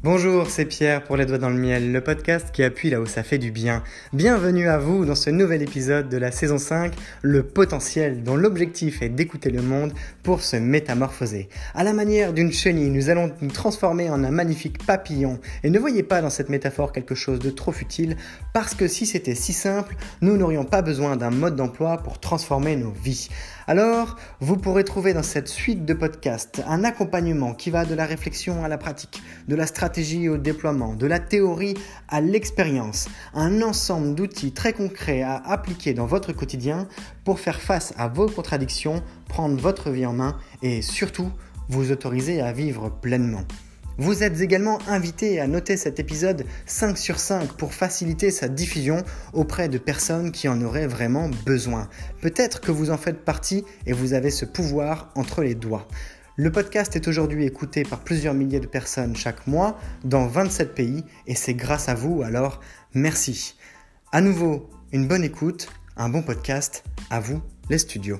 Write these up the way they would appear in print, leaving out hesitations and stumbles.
Bonjour, c'est Pierre pour Les Doigts dans le Miel, le podcast qui appuie là où ça fait du bien. Bienvenue à vous dans ce nouvel épisode de la saison 5, le potentiel, dont l'objectif est d'écouter le monde pour se métamorphoser. À la manière d'une chenille, nous allons nous transformer en un magnifique papillon. Et ne voyez pas dans cette métaphore quelque chose de trop futile, parce que si c'était si simple, nous n'aurions pas besoin d'un mode d'emploi pour transformer nos vies. Alors, vous pourrez trouver dans cette suite de podcasts un accompagnement qui va de la réflexion à la pratique, de la stratégie au déploiement, de la théorie à l'expérience, un ensemble d'outils très concrets à appliquer dans votre quotidien pour faire face à vos contradictions, prendre votre vie en main et surtout vous autoriser à vivre pleinement. Vous êtes également invité à noter cet épisode 5 sur 5 pour faciliter sa diffusion auprès de personnes qui en auraient vraiment besoin. Peut-être que vous en faites partie et vous avez ce pouvoir entre les doigts. Le podcast est aujourd'hui écouté par plusieurs milliers de personnes chaque mois dans 27 pays et c'est grâce à vous, alors merci. À nouveau, une bonne écoute, un bon podcast, à vous les studios.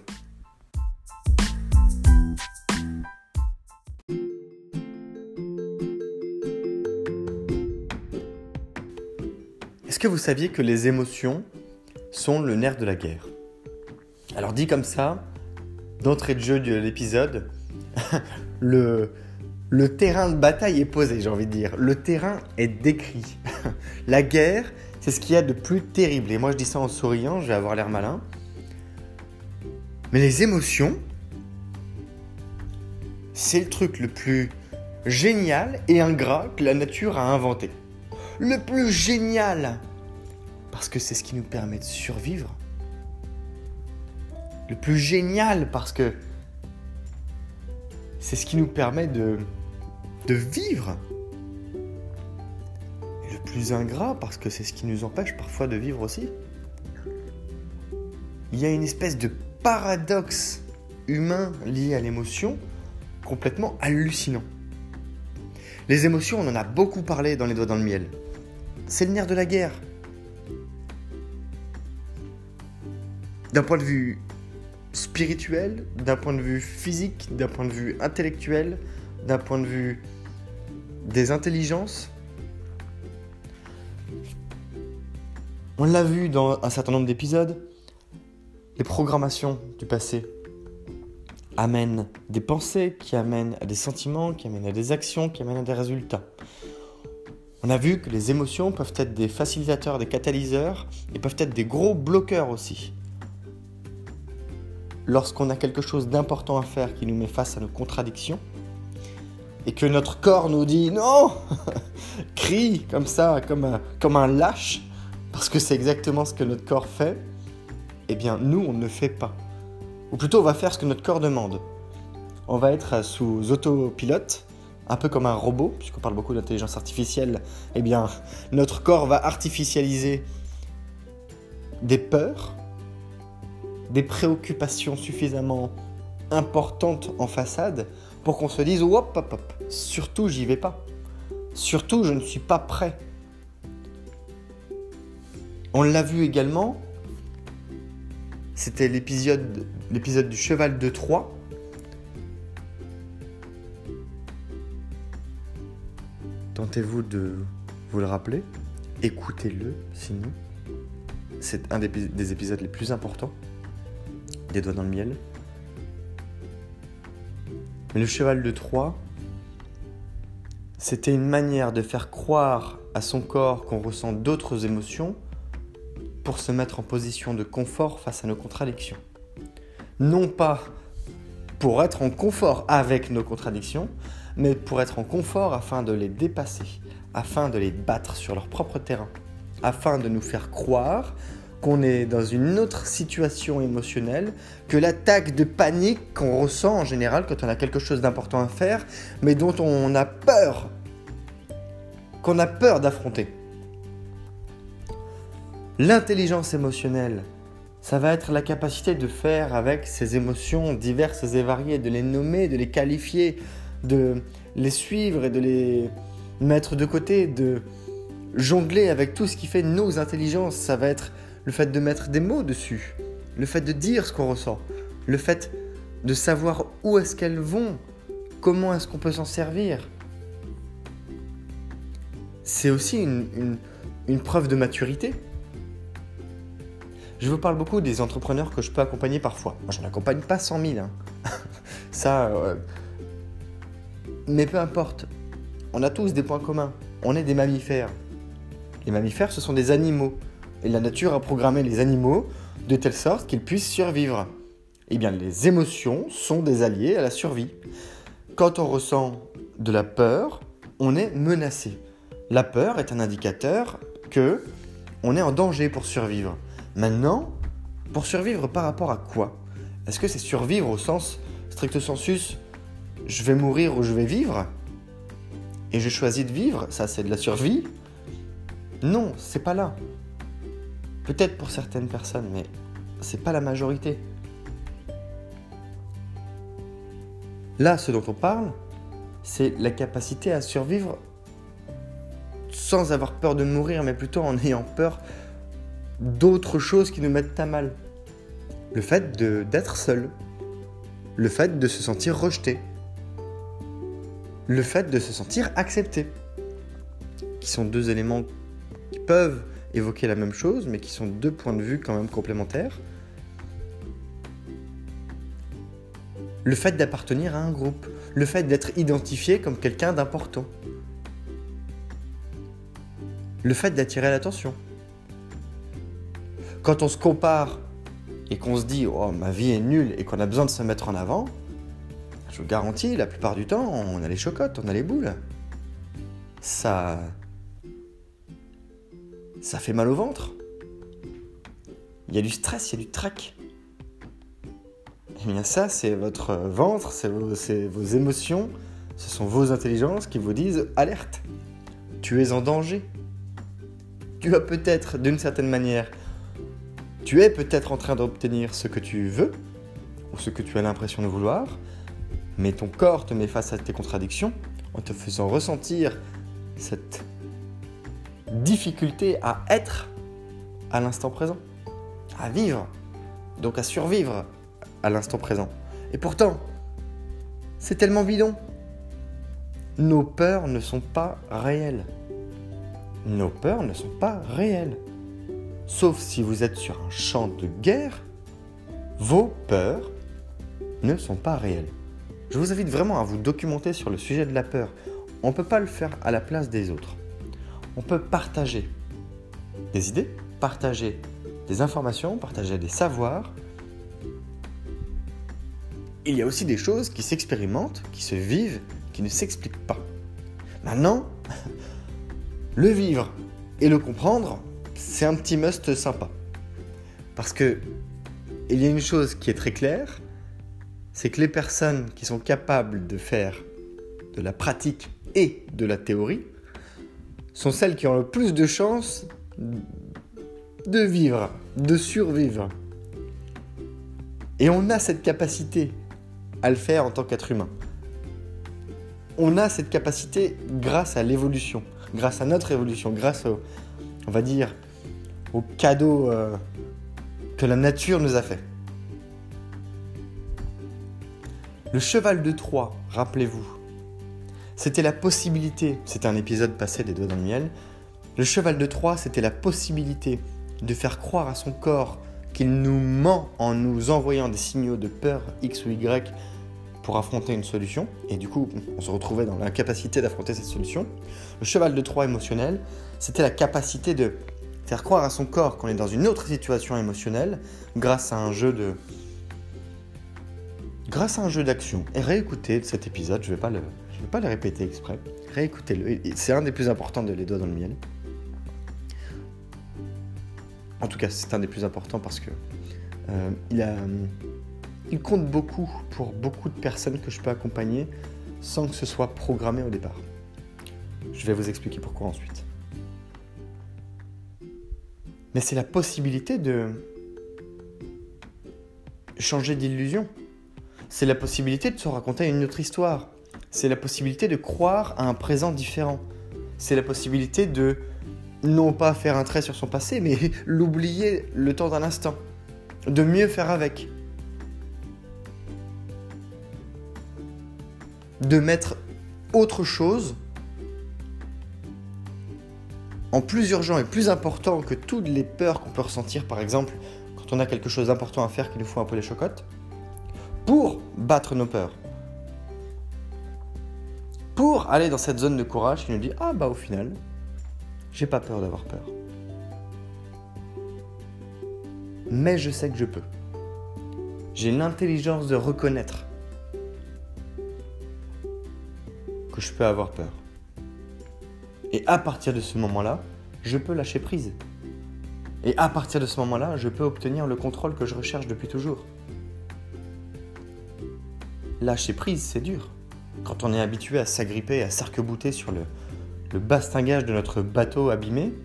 Est-ce que vous saviez que les émotions sont le nerf de la guerre ? Alors dit comme ça, d'entrée de jeu de l'épisode, le terrain de bataille est posé, j'ai envie de dire. Le terrain est décrit. La guerre, c'est ce qu'il y a de plus terrible. Et moi je dis ça en souriant, je vais avoir l'air malin. Mais les émotions, c'est le truc le plus génial et ingrat que la nature a inventé. Le plus génial, parce que c'est ce qui nous permet de survivre. Le plus génial, parce que c'est ce qui nous permet de vivre. Et le plus ingrat, parce que c'est ce qui nous empêche parfois de vivre aussi. Il y a une espèce de paradoxe humain lié à l'émotion complètement hallucinant. Les émotions, on en a beaucoup parlé dans Les Doigts dans le Miel. C'est le nerf de la guerre. D'un point de vue spirituel, d'un point de vue physique, d'un point de vue intellectuel, d'un point de vue des intelligences. On l'a vu dans un certain nombre d'épisodes, les programmations du passé amènent des pensées, qui amènent à des sentiments, qui amènent à des actions, qui amènent à des résultats. On a vu que les émotions peuvent être des facilitateurs, des catalyseurs et peuvent être des gros bloqueurs aussi. Lorsqu'on a quelque chose d'important à faire qui nous met face à nos contradictions et que notre corps nous dit « Non !» crie comme ça, comme un lâche, parce que c'est exactement ce que notre corps fait, eh bien nous on ne le fait pas. Ou plutôt on va faire ce que notre corps demande. On va être sous autopilote, un peu comme un robot, puisqu'on parle beaucoup d'intelligence artificielle, eh bien, notre corps va artificialiser des peurs, des préoccupations suffisamment importantes en façade pour qu'on se dise « hop, hop, hop, surtout j'y vais pas. Surtout je ne suis pas prêt. » On l'a vu également, c'était l'épisode du cheval de Troie. Tentez-vous de vous le rappeler, écoutez-le sinon. C'est un des épisodes les plus importants des Doigts dans le Miel. Mais le cheval de Troie, c'était une manière de faire croire à son corps qu'on ressent d'autres émotions pour se mettre en position de confort face à nos contradictions. Non pas pour être en confort avec nos contradictions, mais pour être en confort afin de les dépasser, afin de les battre sur leur propre terrain, afin de nous faire croire qu'on est dans une autre situation émotionnelle que l'attaque de panique qu'on ressent en général quand on a quelque chose d'important à faire, mais dont on a peur, qu'on a peur d'affronter. L'intelligence émotionnelle, ça va être la capacité de faire avec ces émotions diverses et variées, de les nommer, de les qualifier, de les suivre et de les mettre de côté, de jongler avec tout ce qui fait nos intelligences. Ça va être le fait de mettre des mots dessus, le fait de dire ce qu'on ressent, le fait de savoir où est-ce qu'elles vont, comment est-ce qu'on peut s'en servir. c'est aussi une preuve de maturité. Je vous parle beaucoup des entrepreneurs que je peux accompagner parfois. Moi, je n'accompagne pas 100 000. Ça, mais peu importe. On a tous des points communs. On est des mammifères. Les mammifères, ce sont des animaux. Et la nature a programmé les animaux de telle sorte qu'ils puissent survivre. Eh bien, les émotions sont des alliés à la survie. Quand on ressent de la peur, on est menacé. La peur est un indicateur que on est en danger pour survivre. Maintenant, pour survivre par rapport à quoi ? Est-ce que c'est survivre au sens stricto sensus, je vais mourir ou je vais vivre ? Et je choisis de vivre, ça c'est de la survie ? Non, c'est pas là. Peut-être pour certaines personnes, mais c'est pas la majorité. Là, ce dont on parle, c'est la capacité à survivre sans avoir peur de mourir, mais plutôt en ayant peur d'autres choses qui nous mettent à mal. Le fait d'être seul. Le fait de se sentir rejeté. Le fait de se sentir accepté. Qui sont deux éléments qui peuvent évoquer la même chose, mais qui sont deux points de vue quand même complémentaires. Le fait d'appartenir à un groupe. Le fait d'être identifié comme quelqu'un d'important. Le fait d'attirer l'attention. Quand on se compare et qu'on se dit « Oh, ma vie est nulle » et qu'on a besoin de se mettre en avant, je vous garantis, la plupart du temps, on a les chocottes, on a les boules. Ça fait mal au ventre. Il y a du stress, il y a du trac. Et bien ça, c'est votre ventre, c'est vos émotions, ce sont vos intelligences qui vous disent « Alerte, tu es en danger ». Tu as peut-être, d'une certaine manière, tu es peut-être en train d'obtenir ce que tu veux, ou ce que tu as l'impression de vouloir, mais ton corps te met face à tes contradictions en te faisant ressentir cette difficulté à être à l'instant présent, à vivre, donc à survivre à l'instant présent. Et pourtant, c'est tellement bidon. Nos peurs ne sont pas réelles. Nos peurs ne sont pas réelles. Sauf si vous êtes sur un champ de guerre, vos peurs ne sont pas réelles. Je vous invite vraiment à vous documenter sur le sujet de la peur. On ne peut pas le faire à la place des autres. On peut partager des idées, partager des informations, partager des savoirs. Il y a aussi des choses qui s'expérimentent, qui se vivent, qui ne s'expliquent pas. Maintenant, le vivre et le comprendre, c'est un petit must sympa. Parce que il y a une chose qui est très claire, c'est que les personnes qui sont capables de faire de la pratique et de la théorie sont celles qui ont le plus de chances de vivre, de survivre. Et on a cette capacité à le faire en tant qu'être humain. On a cette capacité grâce à l'évolution, grâce à notre évolution, grâce au, on va dire, au cadeau que la nature nous a fait. Le cheval de Troie, rappelez-vous, c'était la possibilité, c'était un épisode passé des Doigts dans le miel, le cheval de Troie, c'était la possibilité de faire croire à son corps qu'il nous ment en nous envoyant des signaux de peur X ou Y pour affronter une solution, et du coup, on se retrouvait dans l'incapacité d'affronter cette solution. Le cheval de Troie émotionnel, c'était la capacité de faire croire à son corps qu'on est dans une autre situation émotionnelle grâce à un jeu d'action. Et réécoutez cet épisode, je vais pas le répéter exprès, réécoutez-le, c'est un des plus importants de Les Doigts dans le miel. En tout cas, c'est un des plus importants parce que il compte beaucoup pour beaucoup de personnes que je peux accompagner sans que ce soit programmé au départ. Je vais vous expliquer pourquoi ensuite. Mais c'est la possibilité de changer d'illusion. C'est la possibilité de se raconter une autre histoire. C'est la possibilité de croire à un présent différent. C'est la possibilité de non pas faire un trait sur son passé, mais l'oublier le temps d'un instant. De mieux faire avec. De mettre autre chose en plus urgent et plus important que toutes les peurs qu'on peut ressentir, par exemple, quand on a quelque chose d'important à faire qui nous fout un peu les chocottes, pour battre nos peurs. Pour aller dans cette zone de courage qui nous dit « Ah bah au final, j'ai pas peur d'avoir peur. Mais je sais que je peux. J'ai l'intelligence de reconnaître que je peux avoir peur. Et à partir de ce moment-là, je peux lâcher prise. Et à partir de ce moment-là, je peux obtenir le contrôle que je recherche depuis toujours. » Lâcher prise, c'est dur. Quand on est habitué à s'agripper, à s'arc-bouter sur le bastingage de notre bateau abîmé,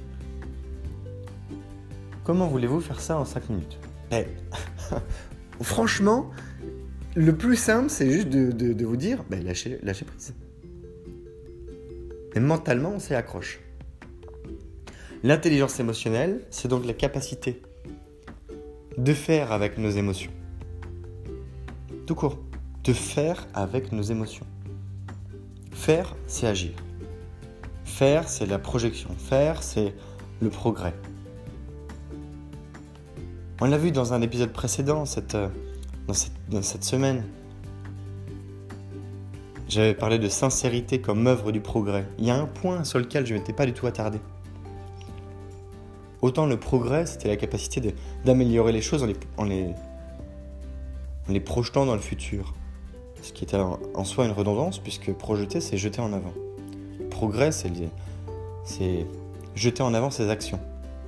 comment voulez-vous faire ça en 5 minutes ? Franchement, le plus simple, c'est juste de vous dire, lâchez prise. Et mentalement, on s'y accroche. L'intelligence émotionnelle, c'est donc la capacité de faire avec nos émotions. Tout court, de faire avec nos émotions. Faire, c'est agir. Faire, c'est la projection. Faire, c'est le progrès. On l'a vu dans un épisode précédent, dans cette semaine. J'avais parlé de sincérité comme œuvre du progrès. Il y a un point sur lequel je ne m'étais pas du tout attardé. Autant le progrès, c'était la capacité d'améliorer les choses en les projetant dans le futur. Ce qui était en soi une redondance, puisque projeter, c'est jeter en avant. Le progrès, c'est jeter en avant ses actions.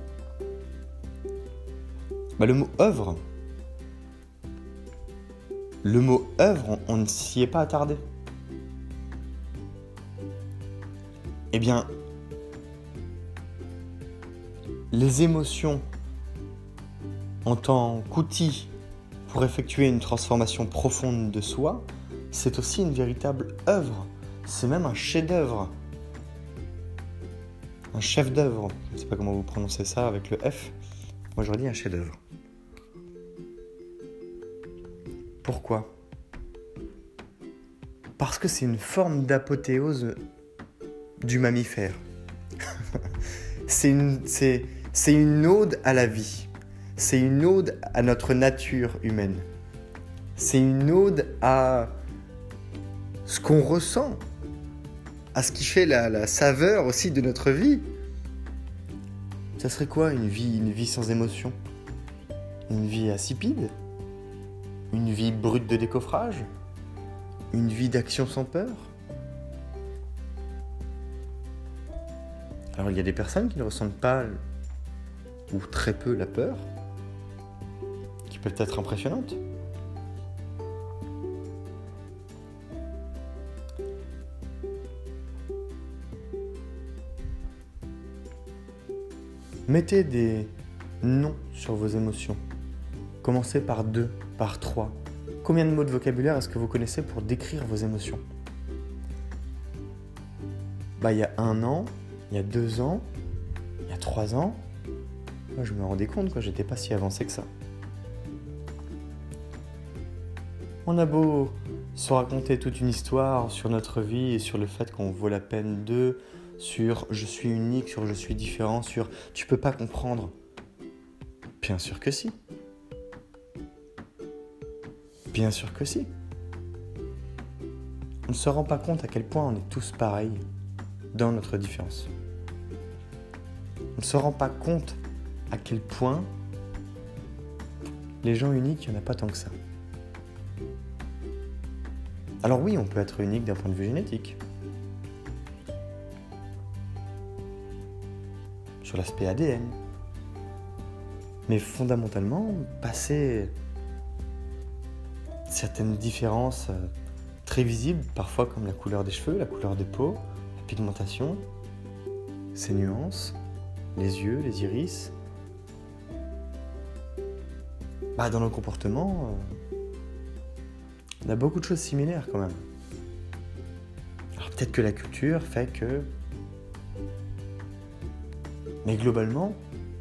Le mot œuvre, on ne s'y est pas attardé. Eh bien, les émotions en tant qu'outil pour effectuer une transformation profonde de soi, c'est aussi une véritable œuvre. C'est même un chef-d'œuvre. Un chef-d'œuvre. Je ne sais pas comment vous prononcez ça avec le F. Moi, j'aurais dit un chef-d'œuvre. Pourquoi ? Parce que c'est une forme d'apothéose du mammifère. C'est une ode à la vie. C'est une ode à notre nature humaine. C'est une ode à ce qu'on ressent, à ce qui fait la saveur aussi de notre vie. Ça serait quoi une vie sans émotion ? Une vie insipide ? Une vie brute de décoffrage ? Une vie d'action sans peur ? Alors il y a des personnes qui ne ressentent pas ou très peu la peur, qui peuvent être impressionnantes. Mettez des noms sur vos émotions. Commencez par 2, par 3. Combien de mots de vocabulaire est-ce que vous connaissez pour décrire vos émotions ? Il y a 1 an, il y a 2 ans, il y a 3 ans, moi je me rendais compte que j'étais pas si avancé que ça. On a beau se raconter toute une histoire sur notre vie et sur le fait qu'on vaut la peine d'eux, sur je suis unique, sur je suis différent, sur tu peux pas comprendre. Bien sûr que si. Bien sûr que si. On ne se rend pas compte à quel point on est tous pareils dans notre différence. On ne se rend pas compte à quel point les gens uniques, il n'y en a pas tant que ça. Alors oui, on peut être unique d'un point de vue génétique. Sur l'aspect ADN. Mais fondamentalement, passer certaines différences très visibles, parfois comme la couleur des cheveux, la couleur des peaux, la pigmentation, ces nuances, les yeux, les iris. Dans nos comportements, on a beaucoup de choses similaires quand même. Alors peut-être que la culture fait que... Mais globalement,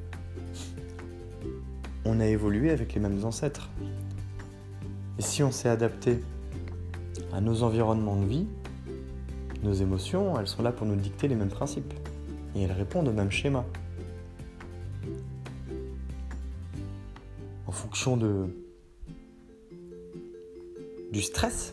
on a évolué avec les mêmes ancêtres. Et si on s'est adapté à nos environnements de vie, nos émotions, elles sont là pour nous dicter les mêmes principes. et elles répondent au même schéma. En fonction du stress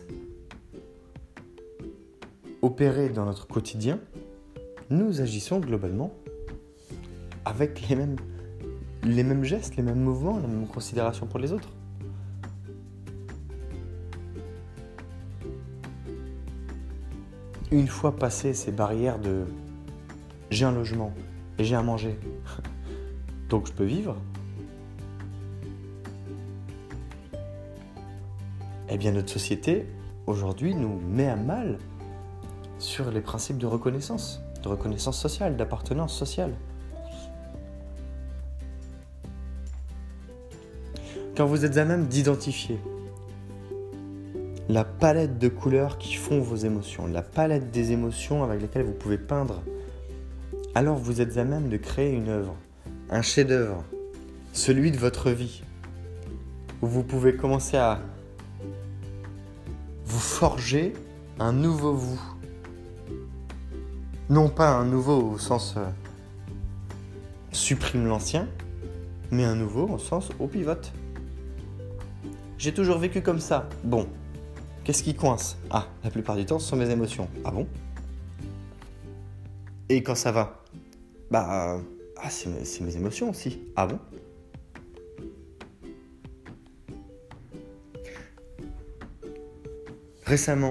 opéré dans notre quotidien, nous agissons globalement avec les mêmes gestes, les mêmes mouvements, la même considération pour les autres. Une fois passées ces barrières de « j'ai un logement et j'ai à manger, donc je peux vivre », eh bien notre société, aujourd'hui, nous met à mal sur les principes de reconnaissance sociale, d'appartenance sociale. Quand vous êtes à même d'identifier la palette de couleurs qui font vos émotions, la palette des émotions avec lesquelles vous pouvez peindre, alors vous êtes à même de créer une œuvre, un chef-d'œuvre, celui de votre vie, où vous pouvez commencer à vous forger un nouveau vous. Non pas un nouveau au sens supprime l'ancien, mais un nouveau au sens au pivote. J'ai toujours vécu comme ça. Bon, qu'est-ce qui coince ? Ah, la plupart du temps, ce sont mes émotions. Ah bon ? Et quand ça va ? C'est mes émotions aussi. Ah bon ? Récemment,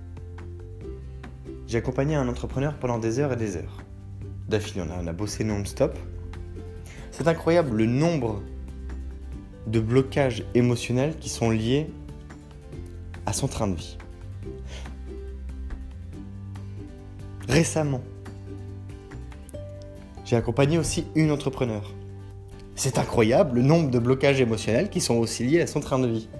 j'ai accompagné un entrepreneur pendant des heures et des heures. D'affilée, on a bossé non-stop. C'est incroyable le nombre de blocages émotionnels qui sont liés à son train de vie. Récemment, j'ai accompagné aussi une entrepreneur. C'est incroyable le nombre de blocages émotionnels qui sont aussi liés à son train de vie.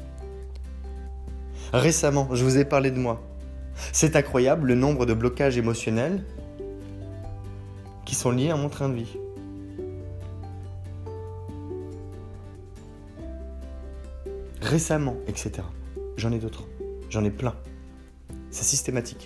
Récemment, je vous ai parlé de moi. C'est incroyable le nombre de blocages émotionnels qui sont liés à mon train de vie. Récemment, etc. J'en ai d'autres. J'en ai plein. C'est systématique.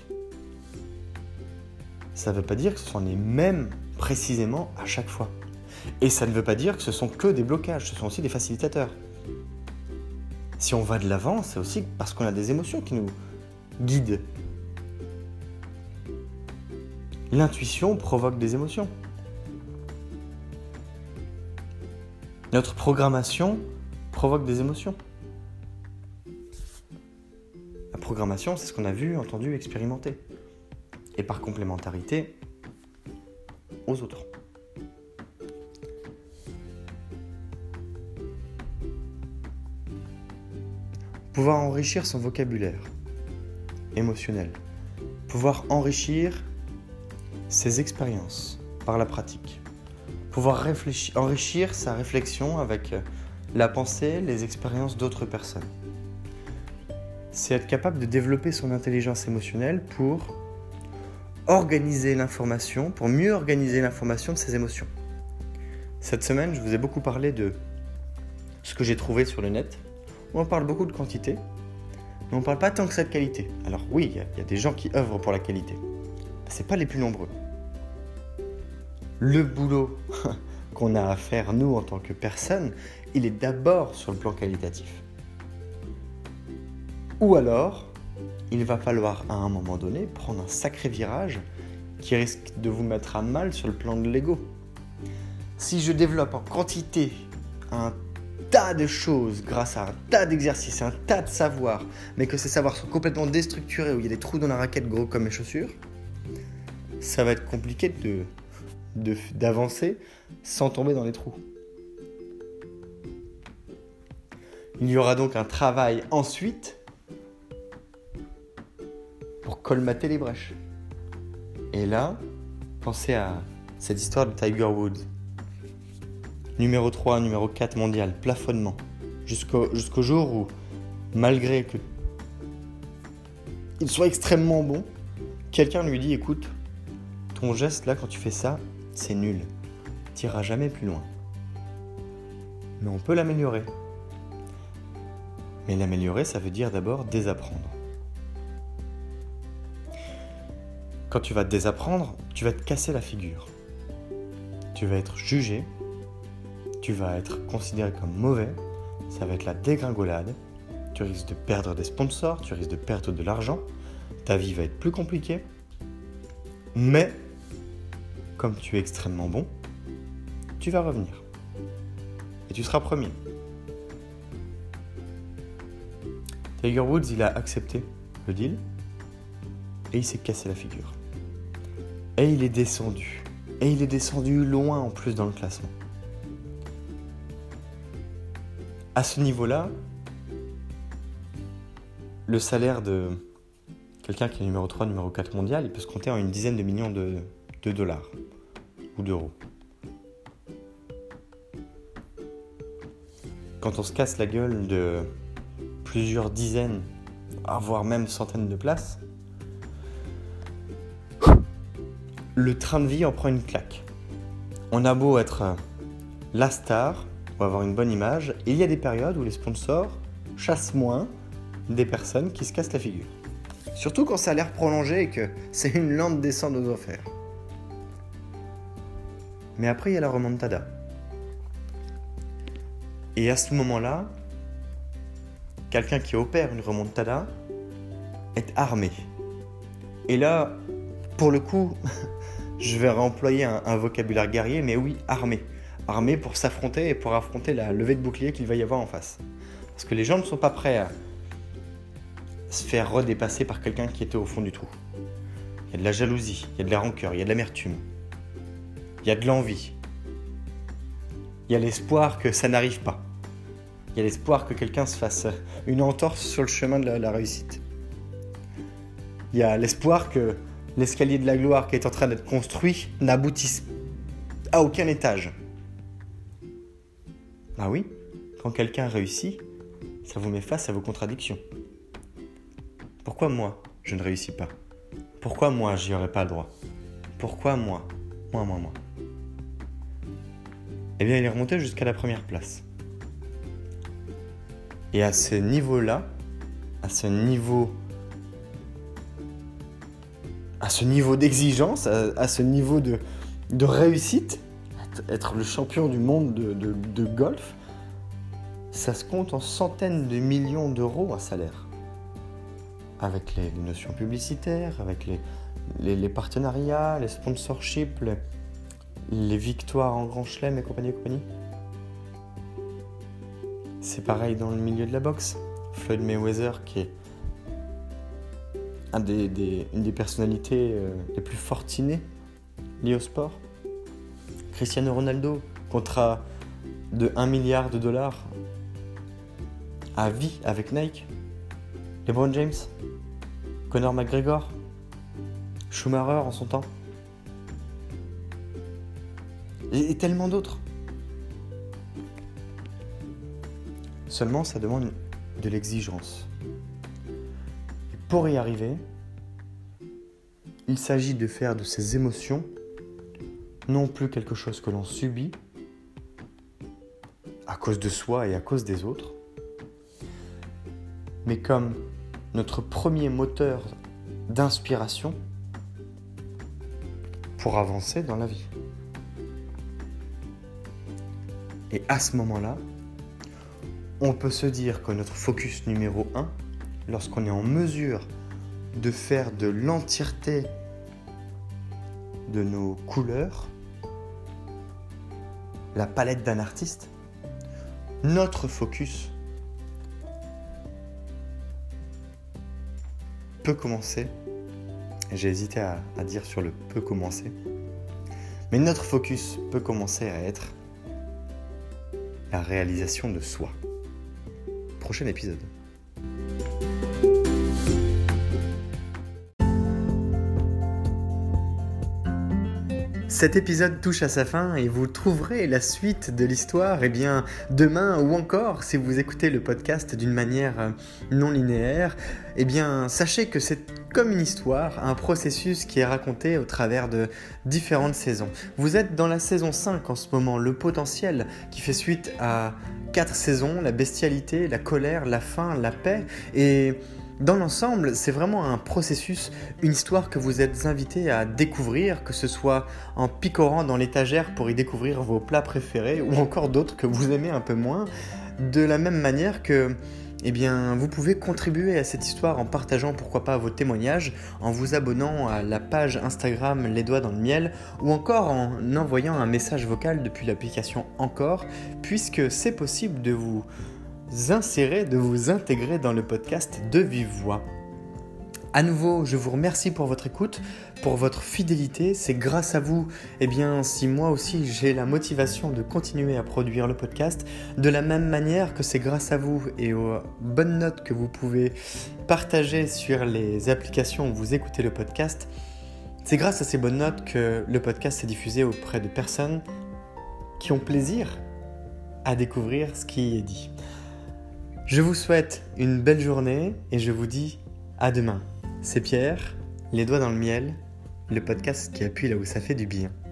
Ça ne veut pas dire que ce sont les mêmes précisément à chaque fois. Et ça ne veut pas dire que ce sont que des blocages, ce sont aussi des facilitateurs. Si on va de l'avant, c'est aussi parce qu'on a des émotions qui nous guident. L'intuition provoque des émotions. Notre programmation provoque des émotions. La programmation, c'est ce qu'on a vu, entendu, expérimenté. Et par complémentarité aux autres. Pouvoir enrichir son vocabulaire émotionnel. Pouvoir enrichir ses expériences par la pratique. Pouvoir enrichir sa réflexion avec la pensée, les expériences d'autres personnes. C'est être capable de développer son intelligence émotionnelle pour organiser l'information, pour mieux organiser l'information de ses émotions. Cette semaine, je vous ai beaucoup parlé de ce que j'ai trouvé sur le net. On parle beaucoup de quantité, mais on ne parle pas tant que ça de qualité. Alors oui, il y a des gens qui œuvrent pour la qualité. Ce n'est pas les plus nombreux. Le boulot qu'on a à faire, nous, en tant que personne, il est d'abord sur le plan qualitatif. Ou alors, il va falloir, à un moment donné, prendre un sacré virage qui risque de vous mettre à mal sur le plan de l'ego. Si je développe en quantité un tas de choses grâce à un tas d'exercices, un tas de savoirs, mais que ces savoirs sont complètement déstructurés, où il y a des trous dans la raquette gros comme mes chaussures, ça va être compliqué d'avancer sans tomber dans les trous. Il y aura donc un travail ensuite pour colmater les brèches. Et là, pensez à cette histoire de Tiger Woods. Numéro 3, numéro 4 mondial, plafonnement. Jusqu'au jour où, malgré que il soit extrêmement bon, quelqu'un lui dit « Écoute, ton geste là, quand tu fais ça, c'est nul. Tu n'iras jamais plus loin. Mais on peut l'améliorer. » Mais l'améliorer, ça veut dire d'abord désapprendre. quand tu vas te désapprendre, tu vas te casser la figure. Tu vas être jugé, tu vas être considéré comme mauvais, ça va être la dégringolade, tu risques de perdre des sponsors, tu risques de perdre de l'argent, ta vie va être plus compliquée, mais comme tu es extrêmement bon, tu vas revenir et tu seras premier. Tiger Woods, il a accepté le deal et il s'est cassé la figure. Et il est descendu. Et il est descendu loin en plus dans le classement. À ce niveau-là, le salaire de quelqu'un qui est numéro 3, numéro 4 mondial, il peut se compter en une dizaine de millions de dollars ou d'euros. Quand on se casse la gueule de plusieurs dizaines, voire même centaines de places, le train de vie en prend une claque. On a beau être la star, ou avoir une bonne image, et il y a des périodes où les sponsors chassent moins des personnes qui se cassent la figure. Surtout quand ça a l'air prolongé et que c'est une lente descente aux enfers. Mais après, il y a la remontada. Et à ce moment-là, quelqu'un qui opère une remontada est armé. Et là, pour le coup, je vais réemployer un vocabulaire guerrier, mais oui, armé. Armé pour s'affronter et pour affronter la levée de bouclier qu'il va y avoir en face. Parce que les gens ne sont pas prêts à se faire redépasser par quelqu'un qui était au fond du trou. Il y a de la jalousie, il y a de la rancœur, il y a de l'amertume. Il y a de l'envie. Il y a l'espoir que ça n'arrive pas. Il y a l'espoir que quelqu'un se fasse une entorse sur le chemin de la réussite. Il y a l'espoir que l'escalier de la gloire qui est en train d'être construit n'aboutisse à aucun étage. Ah oui, quand quelqu'un réussit, ça vous met face à vos contradictions. Pourquoi moi, je ne réussis pas ? Pourquoi moi, j'y aurais pas le droit ? Pourquoi moi ? Moi. Eh bien, il est remonté jusqu'à la première place. Et à ce niveau-là, à ce niveau d'exigence, à ce niveau de réussite, être le champion du monde de golf, ça se compte en centaines de millions d'euros un salaire. Avec les notions publicitaires, avec les partenariats, les sponsorships, les victoires en Grand Chelem et compagnie. C'est pareil dans le milieu de la boxe. Floyd Mayweather, qui est une des personnalités les plus fortunées liées au sport. Cristiano Ronaldo, contrat de 1 milliard de dollars à vie avec Nike. LeBron James, Conor McGregor, Schumacher en son temps. Et tellement d'autres. Seulement, ça demande de l'exigence. Et pour y arriver, il s'agit de faire de ces émotions non plus quelque chose que l'on subit à cause de soi et à cause des autres, mais comme notre premier moteur d'inspiration pour avancer dans la vie. Et à ce moment-là, on peut se dire que notre focus numéro 1, lorsqu'on est en mesure de faire de l'entièreté de nos couleurs la palette d'un artiste, notre focus peut commencer, j'ai hésité à dire sur le peut commencer, mais notre focus peut commencer à être la réalisation de soi. Prochain épisode. Cet épisode touche à sa fin et vous trouverez la suite de l'histoire demain ou encore si vous écoutez le podcast d'une manière non linéaire. Sachez que c'est comme une histoire, un processus qui est raconté au travers de différentes saisons. Vous êtes dans la saison 5 en ce moment, le potentiel qui fait suite à 4 saisons, la bestialité, la colère, la faim, la paix. Et Dans l'ensemble, c'est vraiment un processus, une histoire que vous êtes invité à découvrir, que ce soit en picorant dans l'étagère pour y découvrir vos plats préférés ou encore d'autres que vous aimez un peu moins, de la même manière que vous pouvez contribuer à cette histoire en partageant pourquoi pas vos témoignages, en vous abonnant à la page Instagram Les Doigts dans le Miel ou encore en envoyant un message vocal depuis l'application Encore, puisque c'est possible de vous insérer, de vous intégrer dans le podcast de vive voix. À nouveau, je vous remercie pour votre écoute, pour votre fidélité. C'est grâce à vous, si moi aussi j'ai la motivation de continuer à produire le podcast, de la même manière que c'est grâce à vous et aux bonnes notes que vous pouvez partager sur les applications où vous écoutez le podcast, c'est grâce à ces bonnes notes que le podcast est diffusé auprès de personnes qui ont plaisir à découvrir ce qui est dit. Je vous souhaite une belle journée et je vous dis à demain. C'est Pierre, Les Doigts dans le Miel, le podcast qui appuie là où ça fait du bien.